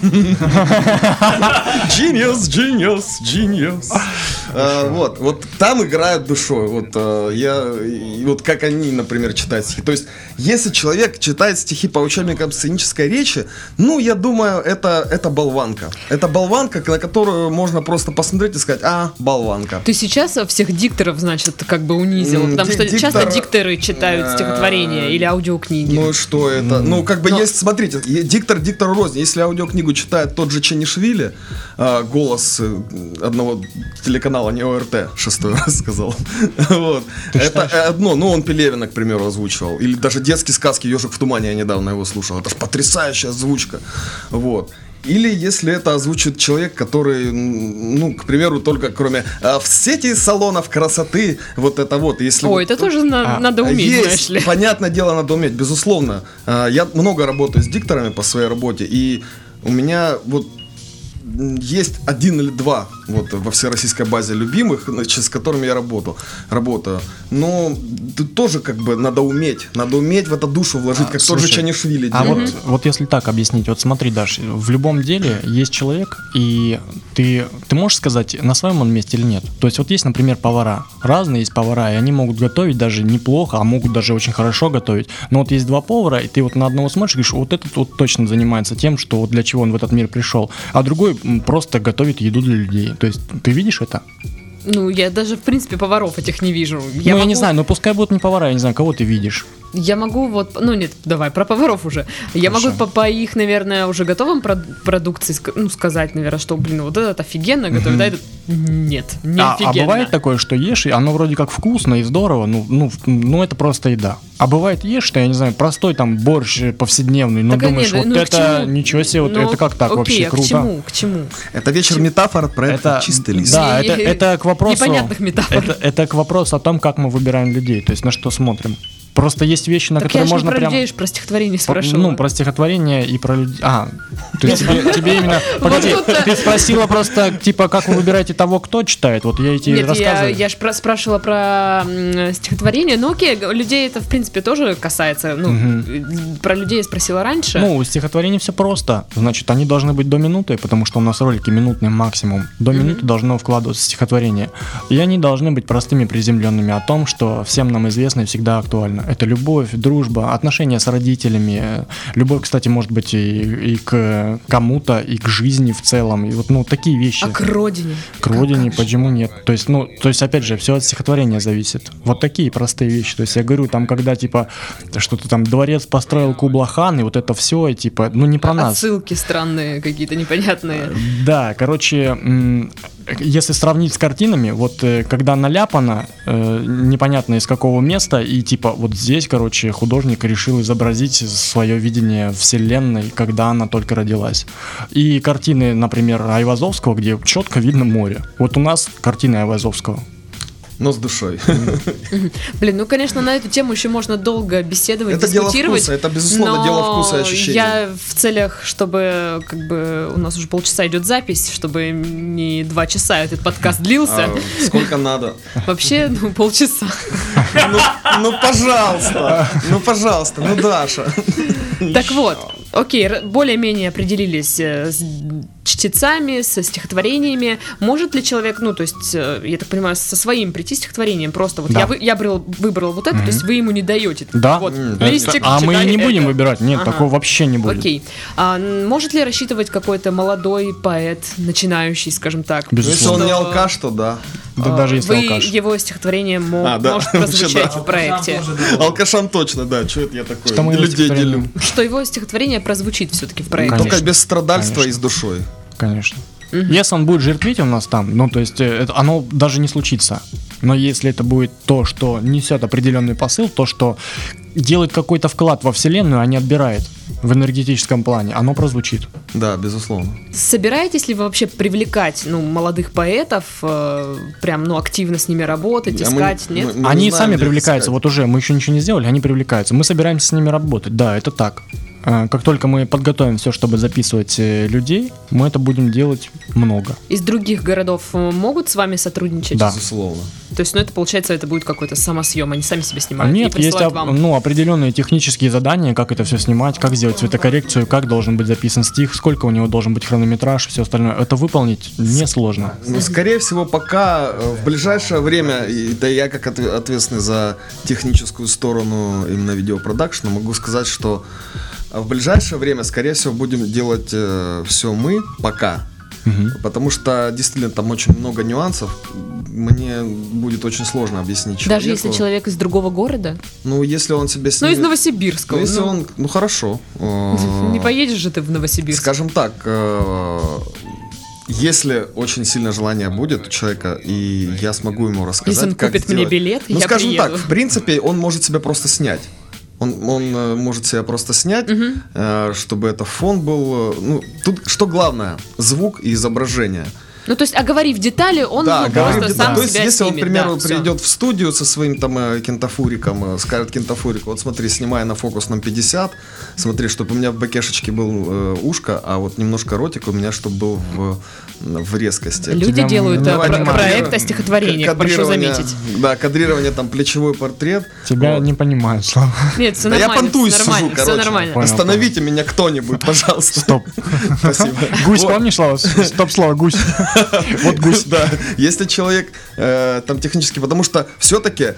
S2: Genius, genius, genius. А, вот, вот там играют душой. Вот а, я, и вот как они, например, читают стихи. То есть, если человек читает стихи по учебникам сценической речи, ну, я думаю, это, это болванка. Это болванка, на которую можно просто посмотреть и сказать, а, болванка.
S1: Ты сейчас всех дикторов, значит, как бы унизил,
S2: М,
S1: потому
S2: ди-
S1: что
S2: диктор-
S1: часто дикторы читают
S2: Э,
S1: стихотворения или аудиокниги.
S2: Ну, что это? Ну, как бы
S1: Но-
S2: есть, смотрите, е- диктор диктору рознь. Если аудиокнигу читает тот же Ченишвили, а, голос э, одного телеканала, не ОРТ, шестой раз сказал. Вот. Это одно, ну, он Пелевина, к примеру, озвучивал. Или даже детские сказки «Ежик в тумане», я недавно его слушал. Это же потрясающая озвучка. Вот. Или если это озвучит человек, который, ну, к примеру, только кроме а, в сети салонов красоты, вот это вот. Если
S1: О,
S2: вот,
S1: это тоже на-
S3: а,
S1: надо уметь,
S2: есть,
S1: знаешь ли.
S2: понятное дело, надо уметь, безусловно. А, Я много работаю с дикторами по своей работе, и у меня вот м, есть один или два вот во всероссийской базе любимых, значит, с которыми я работал, работаю. Но тут тоже как бы надо уметь, надо уметь в это душу вложить,
S3: А,
S2: как тот же
S3: слушай,
S2: Чанишвили
S3: А
S2: делает.
S3: вот, вот если так объяснить, вот смотри, Даш, в любом деле есть человек, и ты, ты можешь сказать, на своем он месте или нет. То есть вот есть, например, повара. Разные есть повара, и они могут готовить даже неплохо, а могут даже очень хорошо готовить. Но вот есть два повара, и ты вот на одного смотришь и говоришь, вот этот вот точно занимается тем, что вот для чего он в этот мир пришел. А другой м, просто готовит еду для людей. То есть ты видишь это?
S1: Ну, я даже, в принципе, поваров этих не вижу.
S3: ну, я
S1: могу-
S3: не знаю, но пускай будут не повара, я не знаю, кого ты видишь.
S1: Я могу вот, ну нет, давай про поваров уже. Я
S3: Хорошо.
S1: могу по, по их, наверное, уже готовым прод- продукции, ск- ну, сказать, наверное, что, блин, вот этот офигенно готовит,
S3: Мгм.
S1: а этот нет, не
S3: А, а
S1: офигенно.
S3: бывает такое, что ешь, и оно вроде как вкусно и здорово, ну, ну, в- ну это просто еда. А бывает ешь, что, я не знаю, простой там борщ э, повседневный, но
S1: Так, а
S3: думаешь,
S1: нет,
S3: вот
S1: ну, к
S3: это
S1: чему?
S3: ничего себе, вот
S1: Ну,
S3: это как так
S1: окей,
S3: вообще
S1: а
S3: круто.
S1: к чему, к чему?
S2: Это вечер метафор от проекта
S3: Это,
S2: «Чистый лист».
S3: да,
S1: Не-
S3: это, это к вопросу,
S1: непонятных метафор.
S3: это, это к вопросу о том, как мы выбираем людей, то есть на что смотрим. Просто есть вещи, на
S1: Так
S3: которые
S1: я же не
S3: можно
S1: про
S3: прям...
S1: людей, ж про стихотворение
S3: По-
S1: спрашивала.
S3: Ну, про стихотворение и про людей. А, то есть тебе, тебе именно... Погоди,
S1: Вот тут-
S3: ты спросила просто, типа, как вы выбираете того, кто читает? Вот я и тебе
S1: Нет, я,
S3: рассказываю.
S1: я же спрашивала про м, стихотворение, ну окей, г- людей это, в принципе, тоже касается, ну,
S3: Мгм.
S1: э, про людей я спросила раньше.
S3: Ну, у стихотворений все просто. Значит, они должны быть до минуты, потому что у нас ролики минутный максимум. До
S1: Мгм.
S3: минуты должно вкладываться стихотворение. И они должны быть простыми, приземленными о том, что всем нам известно и всегда актуально. Это любовь, дружба, отношения с родителями. Любовь, кстати, может быть и, и к кому-то, и к жизни в целом. И вот, ну, такие вещи.
S1: А к родине?
S3: К родине,
S1: Как же?
S3: почему нет? То есть, ну, то есть, опять же, все от стихотворения зависит. Вот такие простые вещи. То есть, я говорю, там, когда, типа, что-то там, дворец построил Кубла-хан, и вот это все, и, типа, ну, не про нас.
S1: Отсылки странные какие-то непонятные.
S3: Да, короче, м, если сравнить с картинами, вот э, когда наляпано, э, непонятно из какого места, и типа вот здесь, короче, художник решил изобразить свое видение вселенной, когда она только родилась. И картины, например, Айвазовского, где четко видно море. Вот у нас картины Айвазовского.
S2: Но с душой.
S1: Блин, ну, конечно, на эту тему еще можно долго беседовать,
S2: Это дело
S1: дискутировать.
S2: вкуса, это, безусловно,
S1: но
S2: дело вкуса и ощущений.
S1: Я в целях, чтобы, как бы, у нас уже полчаса идет запись, чтобы не два часа этот подкаст длился.
S2: А, сколько надо.
S1: Вообще, ну, полчаса.
S2: Ну, ну, пожалуйста. Ну, пожалуйста. Ну, Даша.
S1: Так вот, окей, р- более-менее определились э, с чтецами, со стихотворениями. Может ли человек, ну, то есть, э, я так понимаю, со своим прийти стихотворением, просто вот
S3: Да.
S1: я, вы- я брал- выбрал вот это, то есть вы ему не даете.
S3: Да.
S1: Вот,
S2: М,
S1: листик,
S3: А мы и
S1: читай
S3: не будем
S1: это.
S3: выбирать. Нет,
S1: Ага.
S3: такого вообще не будет.
S1: Окей. А н- может ли рассчитывать какой-то молодой поэт, начинающий, скажем так?
S2: Ну, если он
S3: Безусловно.
S2: не
S1: Что-
S2: алкаш, то да.
S3: Да
S1: а,
S3: даже если
S1: вы
S3: алкаш.
S1: его стихотворение мо-
S2: А, да,
S1: может
S2: вообще
S1: прозвучать
S2: да.
S1: в проекте.
S2: Алкашам точно, да. Что это я такой?
S3: Что мы его
S2: Людей
S3: стихотворение-
S2: делю.
S1: Что его стихотворение прозвучит все-таки в проекте.
S3: Конечно.
S2: Только без страдальства
S3: Конечно.
S2: и с душой.
S3: Конечно.
S1: Мгм.
S3: Если он будет жертвить у нас там, ну, то есть, э, это, оно даже не случится. Но если это будет то, что несет определенный посыл, то, что делает какой-то вклад во Вселенную, а не отбирает в энергетическом плане, оно прозвучит.
S2: Да, безусловно.
S1: Собираетесь ли вы вообще привлекать, ну, молодых поэтов, э, прям, ну, активно с ними работать,
S2: А мы-
S1: искать, нет?
S2: мы- мы не
S3: Они
S2: знаем,
S3: сами
S2: где
S3: привлекаются,
S2: искать.
S3: вот уже мы еще ничего не сделали, они привлекаются. Мы собираемся с ними работать, да, это так. Э, Как только мы подготовим все, чтобы записывать э, людей, мы это будем делать много.
S1: Из других городов э, могут с вами сотрудничать?
S3: Да.
S2: Безусловно.
S1: То есть, ну, это получается, это будет какой-то самосъем, они сами себя снимают и
S3: Нет, есть
S1: присылают
S3: об-
S1: вам.
S3: ну, определенные технические задания, как это все снимать, как сделать цветокоррекцию, как должен быть записан стих, сколько у него должен быть хронометраж, все остальное. Это выполнить несложно.
S2: Ну, скорее всего, пока э, в ближайшее время, и, да я как отве- ответственный за техническую сторону именно видеопродакшена, могу сказать, что э, в ближайшее время, скорее всего, будем делать все мы пока.
S3: Мгм.
S2: Потому что действительно там очень много нюансов. Мне будет очень сложно объяснить человеку.
S1: Даже если человек из другого города?
S2: Ну, если он себе
S1: Ну,
S2: снимет...
S1: из Новосибирска.
S2: Ну, если
S1: ну,
S2: он... Ну, хорошо. Э,
S1: Не поедешь же ты в Новосибирск.
S2: Скажем так, э, если очень сильно желание будет у человека, и я смогу ему рассказать,
S1: Если он
S2: как
S1: купит мне
S2: сделать.
S1: билет,
S2: ну,
S1: я
S2: скажем
S1: приеду.
S2: так, в принципе, он может себя просто снять. Он, он э, может себя просто снять,
S1: Мгм.
S2: э, чтобы это фон был. э, Ну, тут что главное? Звук и изображение.
S1: Ну, то есть, оговорив детали, он
S2: Да,
S1: ну,
S2: говорит,
S1: просто
S2: да.
S1: сам
S2: То есть,
S1: себя
S2: если он, к
S1: снимет.
S2: примеру,
S1: Да, всё.
S2: придет в студию со своим там э, кентафуриком, э, скажет кентафурику: вот смотри, снимай на фокусном пятьдесят, смотри, чтобы у меня в бакешечке был э, ушко, а вот немножко ротик у меня, чтобы был в, в резкости.
S1: Люди
S3: Тебя
S1: делают э,
S3: давай
S1: про-
S3: понимаю.
S1: проект о стихотворениях, прошу
S2: Кадрирование,
S1: заметить.
S2: Да, кадрирование, там, плечевой портрет.
S3: Тебя
S2: Вот.
S3: не понимают, Слава.
S1: Нет, все
S2: Да я
S1: нормально,
S2: понтуюсь,
S1: все
S2: сижу,
S1: нормально, все
S2: короче.
S1: нормально.
S3: Понял,
S2: Остановите меня кто-нибудь, пожалуйста.
S3: Стоп.
S2: Спасибо.
S3: Гусь,
S2: Вот.
S3: помнишь, Слава? Стоп, Слава, гусь. Вот гусь.
S2: Да, если человек э, там технически, потому что все-таки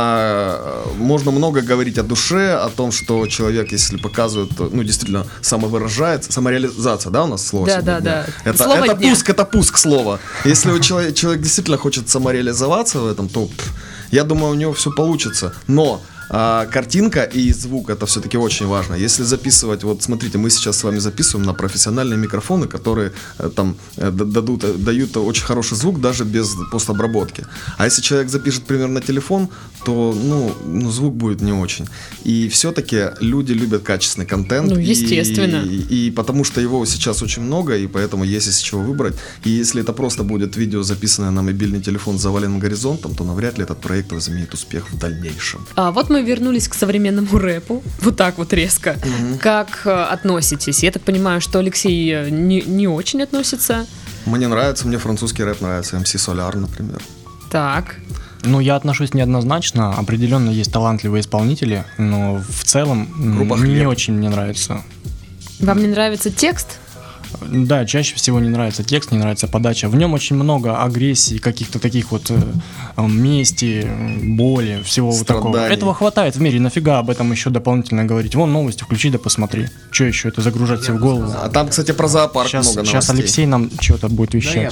S2: э, можно много говорить о душе, о том, что человек, если показывает, ну, действительно, самовыражается, самореализация, да, у нас слово
S1: Да,
S2: сегодня?
S1: да, да.
S2: Это,
S1: Слово
S2: это
S1: дня.
S2: пуск, это пуск слова. Если у человека, человек действительно хочет самореализоваться в этом, то, пф, я думаю, у него все получится. Но а, картинка и звук — это все-таки очень важно. Если записывать, вот смотрите, мы сейчас с вами записываем на профессиональные микрофоны, которые э, там э, д- дадут, э, дают очень хороший звук даже без постобработки. А если человек запишет, примерно, на телефон, то ну, ну, звук будет не очень. И все-таки люди любят качественный контент.
S1: Ну,
S2: и-
S1: естественно.
S2: И, и потому что его сейчас очень много, и поэтому есть из чего выбрать. И если это просто будет видео, записанное на мобильный телефон с заваленным горизонтом, то навряд ли этот проект возымеет успех в дальнейшем.
S1: А вот мы вернулись к современному рэпу, вот так вот резко. Как э, относитесь? Я так понимаю, что Алексей э, не, не очень относится.
S2: Мне нравится, мне французский рэп нравится, эм си Solar, например.
S1: Так.
S3: Ну, я отношусь неоднозначно. Определенно есть талантливые исполнители, но в целом м,
S2: Группа
S3: не
S2: «Хлеб».
S3: очень мне нравится.
S1: Вам не нравится текст?
S3: Да, чаще всего не нравится текст, не нравится подача. В нем очень много агрессии, каких-то таких вот э, э, мести, э, боли, всего вот такого.
S2: Страданий.
S3: Этого хватает в мире. Нафига об этом еще дополнительно говорить? Вон новости, включи да посмотри. Че еще это загружать себе в голову?
S2: А там, кстати, про зоопарк
S3: Сейчас,
S2: много
S3: сейчас
S2: новостей.
S3: Алексей нам что-то будет вещать.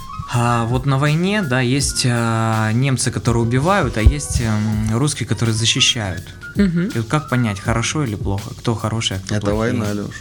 S5: А вот на войне, да, есть а, немцы, которые убивают, а есть м, русские, которые защищают.
S1: Мгм.
S5: И вот как понять, хорошо или плохо? Кто хороший, а кто
S2: Это
S5: плохие?
S2: война, Леш.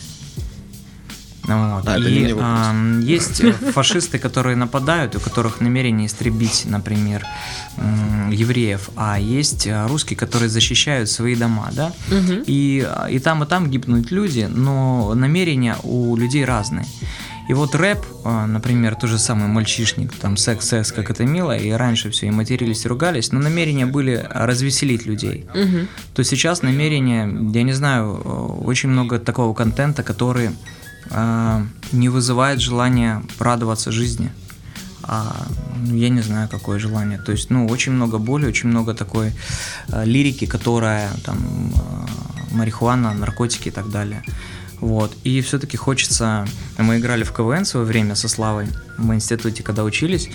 S5: Ну вот.
S2: А, это
S5: И,
S2: не мне вопрос.
S5: ам, есть э, фашисты, которые нападают, у которых намерение истребить, например, м, евреев, а есть э, русские, которые защищают свои дома, да?
S1: Мгм.
S5: И, а, и там, и там гибнут люди, но намерения у людей разные. И вот рэп, а, например, тот же самый мальчишник, там секс, секс, как это мило, и раньше все, и матерились, и ругались, но намерения были развеселить людей.
S1: Мгм.
S5: То сейчас намерение, я не знаю, э, очень много такого контента, который э, не вызывает желания радоваться жизни. А, ну, я не знаю, какое желание. То есть, ну, очень много боли, очень много такой э, лирики, которая там э, марихуана, наркотики и так далее. Вот. И все-таки хочется... Мы играли в ка вэ эн в свое время со Славой в институте, когда учились,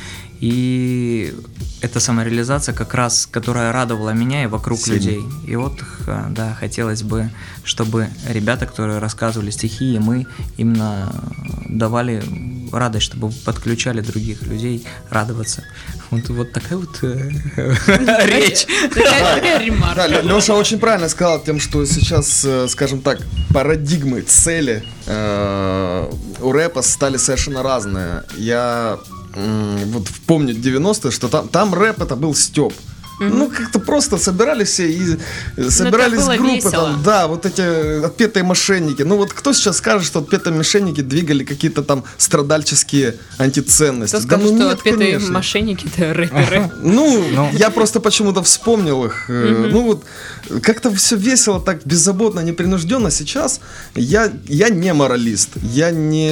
S5: и это самореализация как раз, которая радовала меня и вокруг
S2: Сильно.
S5: людей. И вот, х- да, хотелось бы, чтобы ребята, которые рассказывали стихи, и мы именно давали радость, чтобы подключали других людей радоваться. Вот, вот такая вот э, речь.
S1: Такая такая ремарка.
S2: Да, Леша очень правильно сказал тем, что сейчас, э, скажем так, парадигмы, цели э, у рэпа стали совершенно разные. Я м, вот помню девяностые, что там, там рэп это был стёб. Ну, как-то просто собирались все и э, собирались
S1: было
S2: группы
S1: весело.
S2: там, да, вот эти отпетые мошенники. Ну, вот кто сейчас скажет, что отпетые мошенники двигали какие-то там страдальческие антиценности?
S1: Кто
S2: Да
S1: скажет,
S2: ну
S1: что
S2: нет,
S1: отпетые
S2: конечно.
S1: мошенники — это рэперы?
S2: Ну,
S3: Ну.
S2: я просто почему-то вспомнил их. э, Ну вот, как-то все весело, так беззаботно, непринужденно. Сейчас я, я не моралист, я не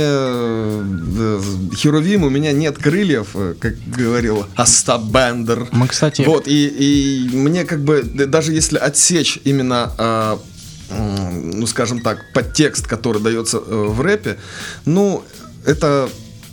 S2: э, херувим, у меня нет крыльев, э, как говорил Остап Бендер.
S3: Мы, кстати,
S2: Вот, и, и мне как бы, д- даже если отсечь именно, а, м, ну скажем так, подтекст, который дается э, в рэпе, ну, это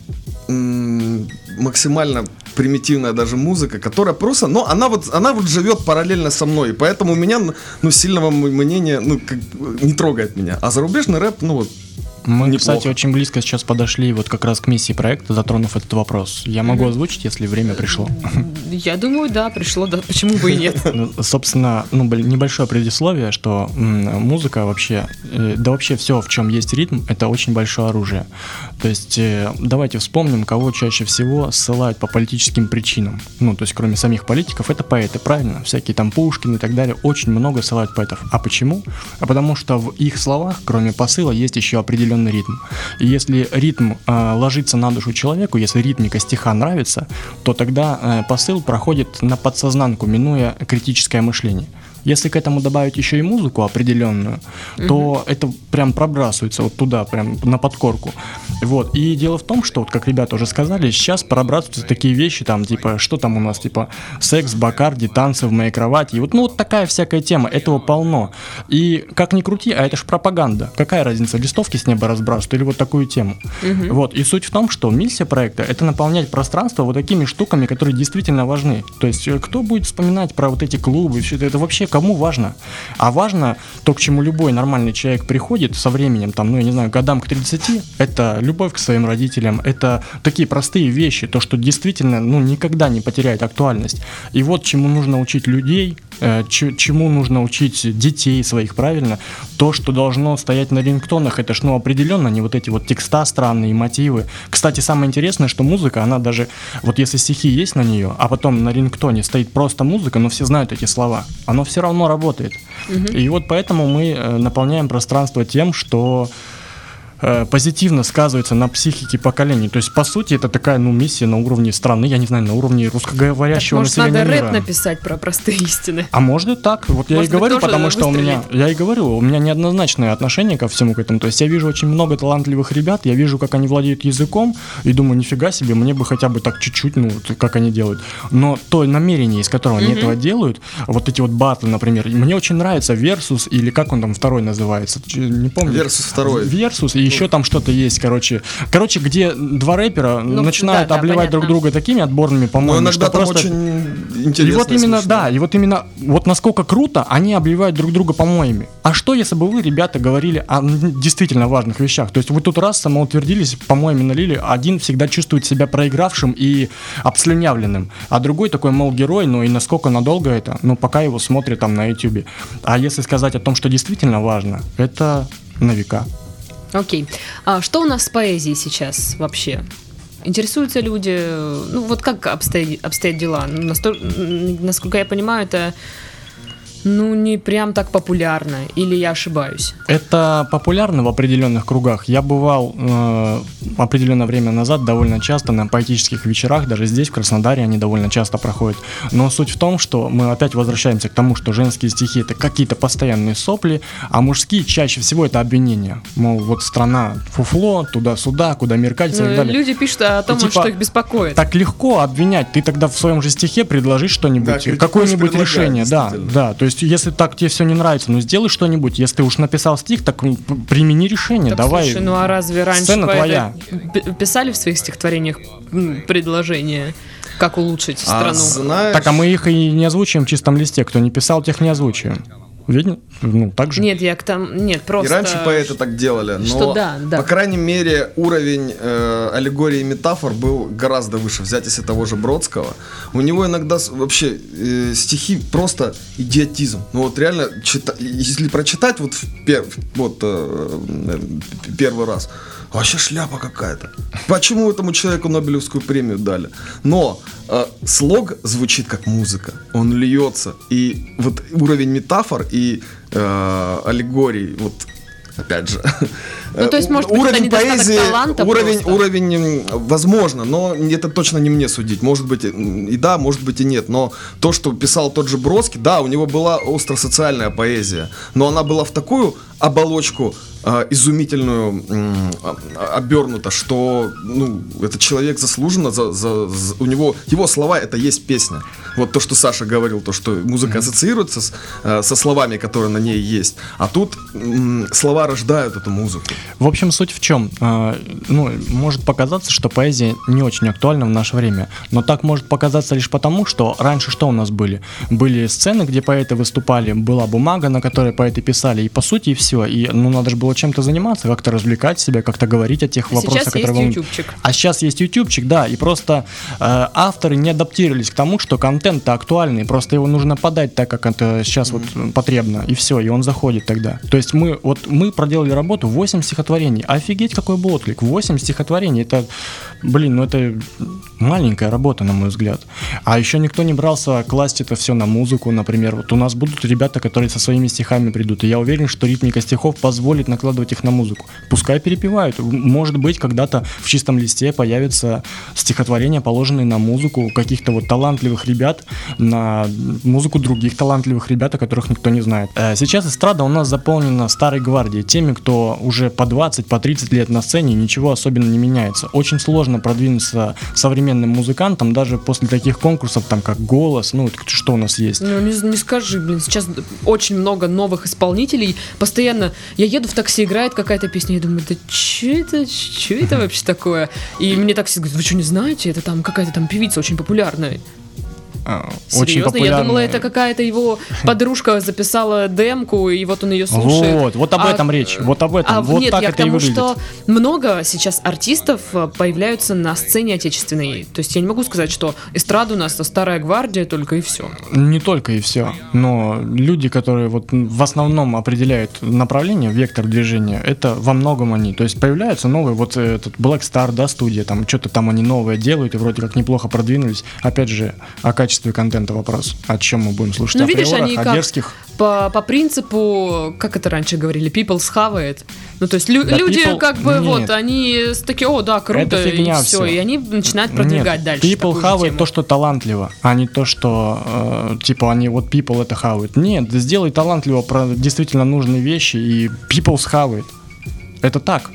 S2: м, максимально примитивная даже музыка, которая просто, но она вот, она вот живет параллельно со мной, и поэтому у меня, ну, сильного м- мнения, ну, как, не трогает меня. А зарубежный рэп, ну, вот,
S3: мы,
S2: неплохо.
S3: кстати, очень близко сейчас подошли вот как раз к миссии проекта, затронув этот вопрос. Я могу озвучить, если время пришло.
S1: Я думаю, да, пришло, да, почему бы и нет.
S3: Ну, собственно, ну, небольшое предисловие, что м, музыка вообще, э, да вообще все, в чем есть ритм, это очень большое оружие. То есть э, давайте вспомним, кого чаще всего ссылают по политическим причинам. Ну, то есть кроме самих политиков, это поэты, правильно? Всякие там Пушкин и так далее, очень много ссылают поэтов. А почему? А потому что в их словах, кроме посыла, есть еще определенный ритм. И если ритм э, ложится на душу человеку, если ритмика стиха нравится, то тогда э, посыл проходит на подсознанку, минуя критическое мышление. Если к этому добавить еще и музыку определенную, mm-hmm. то это прям пробрасывается вот туда, прям на подкорку. Вот. И дело в том, что, вот как ребята уже сказали, сейчас пробрасываются такие вещи, там, типа, что там у нас, типа, секс, бакарди, танцы в моей кровати. И вот, ну, вот такая всякая тема, этого полно. И как ни крути, а это ж пропаганда. Какая разница, листовки с неба разбрасывают или вот такую тему? Mm-hmm. Вот. И суть в том, что миссия проекта — это наполнять пространство вот такими штуками, которые действительно важны. То есть, кто будет вспоминать про вот эти клубы, все это, это вообще кому важно? А важно то, к чему любой нормальный человек приходит со временем, там, ну, я не знаю, годам к тридцати, это любовь к своим родителям, это такие простые вещи, то, что действительно, ну, никогда не потеряет актуальность. И вот чему нужно учить людей, э, ч- чему нужно учить детей своих, правильно? То, что должно стоять на рингтонах, это ж, ну, определенно не вот эти вот текста странные, мотивы. Кстати, самое интересное, что музыка, она даже, вот если стихи есть на нее, а потом на рингтоне стоит просто музыка, но все знают эти слова, оно все равно работает. Mm-hmm. И вот поэтому мы э, наполняем пространство тем, что э, позитивно сказывается на психике поколений. То есть, по сути, это такая, ну, миссия на уровне страны, я не знаю, на уровне русскоговорящего
S1: так,
S3: населения
S1: может,
S3: мира.
S1: надо рэп написать про простые истины.
S3: А может и так. Вот я
S1: может
S3: и говорю,
S1: быть,
S3: потому что
S1: выстрелит.
S3: у меня, я и говорю, у меня неоднозначное отношение ко всему к этому. То есть я вижу очень много талантливых ребят, я вижу, как они владеют языком, и думаю, нифига себе, мне бы хотя бы так чуть-чуть, ну, как они делают. Но то намерение, из которого они mm-hmm. этого делают, вот эти вот батлы, например, мне очень нравится Versus, или как он там второй называется, не помню.
S2: Versus второй.
S3: Versus, и еще там что-то есть, короче. Короче, где два рэпера ну, начинают
S1: да,
S3: обливать
S1: да,
S3: друг друга такими отборными, по-моему,
S2: Но иногда
S3: что
S2: там
S3: просто...
S2: очень интересно.
S3: И вот именно,
S2: смешно.
S3: да, и вот именно, вот насколько круто они обливают друг друга помоями. А что, если бы вы, ребята, говорили о действительно важных вещах? То есть вы тут раз самоутвердились, помоями налили, один всегда чувствует себя проигравшим и обслюнявленным, а другой такой, мол, герой, ну и насколько надолго это? Ну, пока его смотрят там на ютубе. А если сказать о том, что действительно важно, это на века.
S1: Окей. А что у нас с поэзией сейчас вообще? Интересуются люди, ну вот как обстоят, обстоят дела? Ну, настоль, насколько я понимаю, это ну не прям так популярно, или я ошибаюсь?
S3: Это популярно в определенных кругах. Я бывал э, определенное время назад довольно часто на поэтических вечерах, даже здесь, в Краснодаре, они довольно часто проходят. Но суть в том, что мы опять возвращаемся к тому, что женские стихи — это какие-то постоянные сопли, а мужские чаще всего это обвинения. Мол, вот страна фуфло, туда-сюда, куда мир катится и так далее.
S1: Люди пишут о том,
S3: и, типа,
S1: что их беспокоит.
S3: Так легко обвинять. Ты тогда в своем же стихе предложи что-нибудь,
S2: Да,
S3: какое-нибудь решение. Да,
S2: действительно.
S3: да. То есть, если так тебе все не нравится, ну сделай что-нибудь. Если ты уж написал стих, так ну, примени решение.
S1: Так,
S3: давай.
S1: слушай, ну а разве раньше
S3: Сцена
S1: поэты
S3: твоя.
S1: п- писали в своих стихотворениях м, предложения, как улучшить
S2: А
S1: страну?
S2: знаешь,
S3: Так, а мы их и не озвучиваем в чистом листе. Кто не писал, тех не озвучиваем. Видно? Ну, так же.
S1: Нет, я к тому... Нет,
S2: и
S1: просто...
S2: раньше поэты так делали, но,
S1: Что да, да.
S2: по крайней мере, уровень э, аллегории и метафор был гораздо выше. Взять если того же Бродского. У него иногда с- вообще э, стихи просто идиотизм. Ну вот реально, чита- если прочитать вот, в пер- вот э, э, первый раз, вообще шляпа какая-то. Почему этому человеку Нобелевскую премию дали? Но э, слог звучит как музыка, он льется. И вот уровень метафор и э, аллегорий, вот опять же.
S1: Ну, то есть, может быть, это недостаток таланта
S2: уровень,
S1: просто.
S2: уровень, м, возможно, но это точно не мне судить. Может быть и да, может быть и нет. Но то, что писал тот же Бродский, да, у него была остро-социальная поэзия, но она была в такую оболочку э, изумительную м, а- обернута, что ну, этот человек заслуженно, за, за- за- у него, его слова — это есть песня. Вот то, что Саша говорил, то, что музыка ассоциируется с, э, со словами, которые на ней есть. А тут м, слова рождают эту музыку.
S3: В общем, суть в чем? А, ну, может показаться, что поэзия не очень актуальна в наше время, но так может показаться лишь потому, что раньше что у нас были? Были сцены, где поэты выступали, была бумага, на которой поэты писали, и по сути и все. И ну надо же было чем-то заниматься, как-то развлекать себя, как-то говорить о тех
S1: А
S3: вопросах,
S1: сейчас
S3: которые
S1: есть
S3: вам...
S1: ютубчик.
S3: А сейчас есть ютубчик, да, и просто э, авторы не адаптировались к тому, что контент-то актуальный, просто его нужно подать так, как это сейчас mm-hmm. вот потребно, и все, и он заходит тогда. То есть мы вот мы проделали работу восемь стихотворений. Офигеть, какой был отклик. восемь стихотворений, это, блин, ну это маленькая работа, на мой взгляд. А еще никто не брался класть это все на музыку, например. Вот у нас будут ребята, которые со своими стихами придут, и я уверен, что ритмика стихов позволит накладывать их на музыку. Пускай перепевают. Может быть, когда-то в чистом листе появятся стихотворения, положенные на музыку каких-то вот талантливых ребят, на музыку других талантливых ребят, о которых никто не знает. Сейчас эстрада у нас заполнена старой гвардией, теми, кто уже по двадцать, по тридцать лет на сцене, ничего особенно не меняется. Очень сложно продвинуться современным музыкантам, даже после таких конкурсов, там, как «Голос», ну, что у нас есть.
S1: Ну, не, не скажи, блин, сейчас очень много новых исполнителей, постоянно, я еду в такси, играет какая-то песня, я думаю, да что это, что это вообще такое? И мне таксист говорит, вы что, не знаете, это там какая-то там певица очень популярная.
S3: Очень
S1: Серьезно?
S3: популярная.
S1: Я думала, это какая-то его подружка записала демку, и вот он ее слушает.
S3: Вот, вот об
S1: а,
S3: этом речь, вот об этом,
S1: а,
S3: вот
S1: нет,
S3: так
S1: я
S3: это
S1: к тому,
S3: и выглядит.
S1: что много сейчас артистов появляются на сцене отечественной. То есть я не могу сказать, что эстрада у нас старая гвардия, только и все.
S3: Не только и все, но люди, которые вот в основном определяют направление, вектор движения, это во многом они. То есть появляются новые, вот этот Black Star, да, студия, там что-то там они новое делают и вроде как неплохо продвинулись. Опять же, о качестве контента вопрос. О чем мы будем слушать?
S1: Ну,
S3: о
S1: видишь,
S3: приорах,
S1: они
S3: о
S1: как
S3: дерзких?
S1: По, по принципу, как это раньше говорили, people схавает. Ну, то есть лю-
S3: Да,
S1: люди
S3: people-
S1: как бы
S3: нет.
S1: вот, они такие, о, да, круто,
S3: Это фигня
S1: и все,
S3: всё.
S1: и они начинают продвигать
S3: Нет,
S1: дальше.
S3: people
S1: такую же
S3: хавает
S1: тему.
S3: то, что талантливо, а не то, что э, типа они вот people это хавают. Нет, сделай талантливо про действительно нужные вещи, и people схавает. Это так.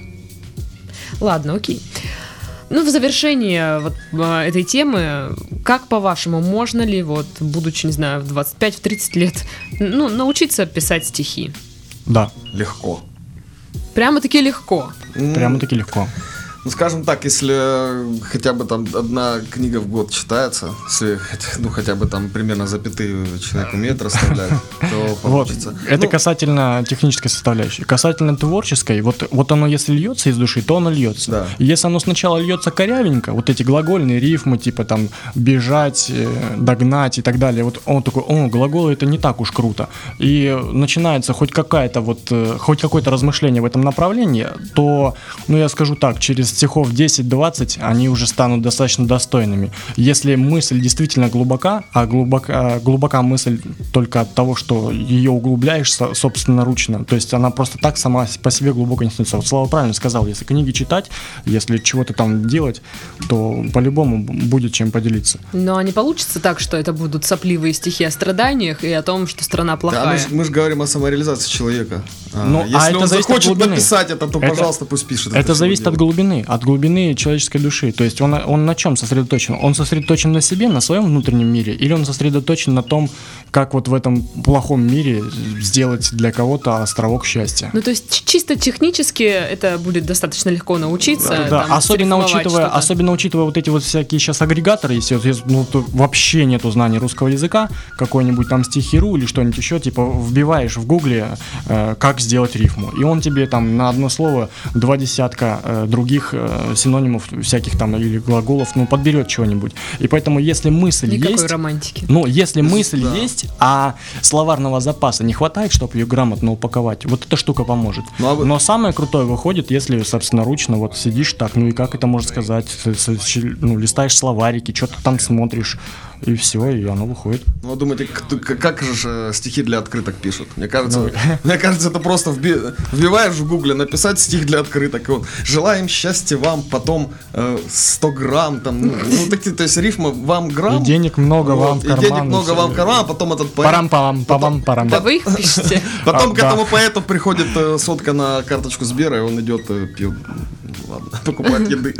S1: Ладно, окей. Ну, в завершение вот э, этой темы, как по-вашему, можно ли, вот, будучи, не знаю, в двадцать пять тридцать лет, ну, научиться писать стихи?
S3: Да,
S2: Легко.
S1: Прямо-таки легко.
S2: М,
S3: прямо-таки легко.
S2: Ну, скажем так, если хотя бы там одна книга в год читается, если хотя- ну, хотя бы там примерно запятые человек умеет расставлять, то
S3: Вот,
S2: получится.
S3: это
S2: Ну,
S3: касательно технической составляющей. Касательно творческой, вот, вот оно если льется из души, то оно льется.
S2: Да.
S3: И если оно сначала льется корявенько, вот эти глагольные рифмы, типа там бежать, э, догнать и так далее, вот он такой, о, глаголы это не так уж круто. И начинается хоть какая-то вот, э, хоть какое-то размышление в этом направлении, то, ну я скажу так, через стихов десять-двадцать они уже станут достаточно достойными. Если мысль действительно глубока, а глубока, глубока мысль только от того, что ее углубляешь со- собственноручно, то есть она просто так сама по себе глубоко не становится. Вот Слава правильно сказал, если книги читать, если чего-то там делать, то по-любому будет чем поделиться.
S1: Но не получится так, что это будут сопливые стихи о страданиях и о том, что страна
S2: да,
S1: плохая.
S2: мы, же говорим о самореализации человека. А,
S3: Ну, а
S2: если
S3: это
S2: он
S3: зависит от
S2: захочет
S3: глубины.
S2: написать это, то,
S3: Это-
S2: пожалуйста, пусть пишет.
S3: Это
S2: чего
S3: зависит от
S2: делает.
S3: глубины, от глубины человеческой души. То есть он, он на чем сосредоточен? Он сосредоточен на себе, на своем внутреннем мире, или он сосредоточен на том, как вот в этом плохом мире сделать для кого-то островок счастья?
S1: Ну, то есть ч- чисто технически это будет достаточно легко научиться.
S3: Да, да,
S1: там,
S3: особенно
S1: срифмовать
S3: учитывая,
S1: что-то.
S3: особенно учитывая вот эти вот всякие сейчас агрегаторы, если вот есть, ну, то вообще нету знаний русского языка, какой-нибудь там стихиру или что-нибудь еще, типа вбиваешь в гугле, э, как сделать рифму, и он тебе там на одно слово два десятка э, других э, синонимов всяких там или глаголов, ну, подберет чего-нибудь. И поэтому, если мысль
S1: Никакой
S3: есть,
S1: романтики.
S3: ну, если мысль
S2: Да.
S3: есть, а словарного запаса не хватает, чтобы ее грамотно упаковать, вот эта штука поможет.
S2: Ну, а вы-
S3: Но самое крутое выходит, если собственноручно вот сидишь так, ну и как это можно сказать, с- с- ну, листаешь словарики, что-то там смотришь, и все, и оно выходит.
S2: Ну, вы думаете, кто- к- как же э, стихи для открыток пишут? Мне кажется,
S3: Ну.
S2: мне кажется, это просто вби- вбиваешь в гугле написать стих для открыток. И он, желаем счастья вам, потом э, сто грамм, там, ну, ну, такие, то есть рифма вам грамм.
S3: И денег много
S2: вот,
S3: вам в
S2: и
S3: карман.
S2: денег
S3: и
S2: много
S3: всё.
S2: вам в карман, а потом этот поэт.
S3: Парам-парам, парам-парам.
S1: Да вы их пишете.
S2: Потом
S3: А,
S2: к
S3: да.
S2: этому поэту приходит э, сотка на карточку Сбера, и он идет, э, пьет, ладно, покупает еды.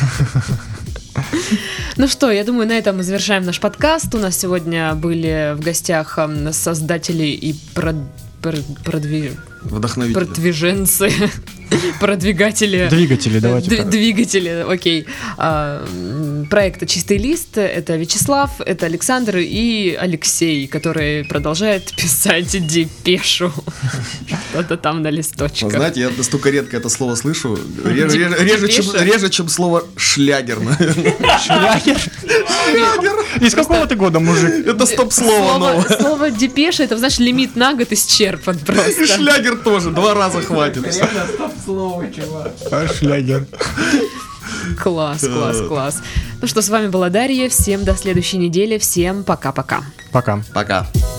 S1: Ну что, я думаю, на этом мы завершаем наш подкаст. У нас сегодня были в гостях эм, создатели и прод... прод- продви-
S2: Вдохновители.
S1: продвиженцы, продвигатели.
S3: Двигатели, давайте
S1: Д-
S3: так.
S1: Двигатели, окей. А, м, проекта «Чистый лист» — это Вячеслав, это Александр и Алексей, который продолжает писать депешу. Что-то там на
S2: Вы
S1: листочках.
S2: знаете, я настолько редко это слово слышу. Реже,
S1: Деп-
S2: реже- реже, чем,
S1: депеша?
S2: реже, чем слово шлягер, наверное.
S3: Шлягер? Из какого ты года, мужик?
S2: Это стоп-слово
S1: Слово,
S2: новое.
S1: слово депеша — это, знаешь, лимит на год исчерпан
S2: И
S1: просто.
S2: шлягер тоже, два раза хватит.
S4: Слово, чувак.
S3: А, шлягер.
S1: Класс, класс, класс. Ну что, с вами была Дарья. Всем до следующей недели. Всем пока-пока.
S3: Пока.
S2: Пока.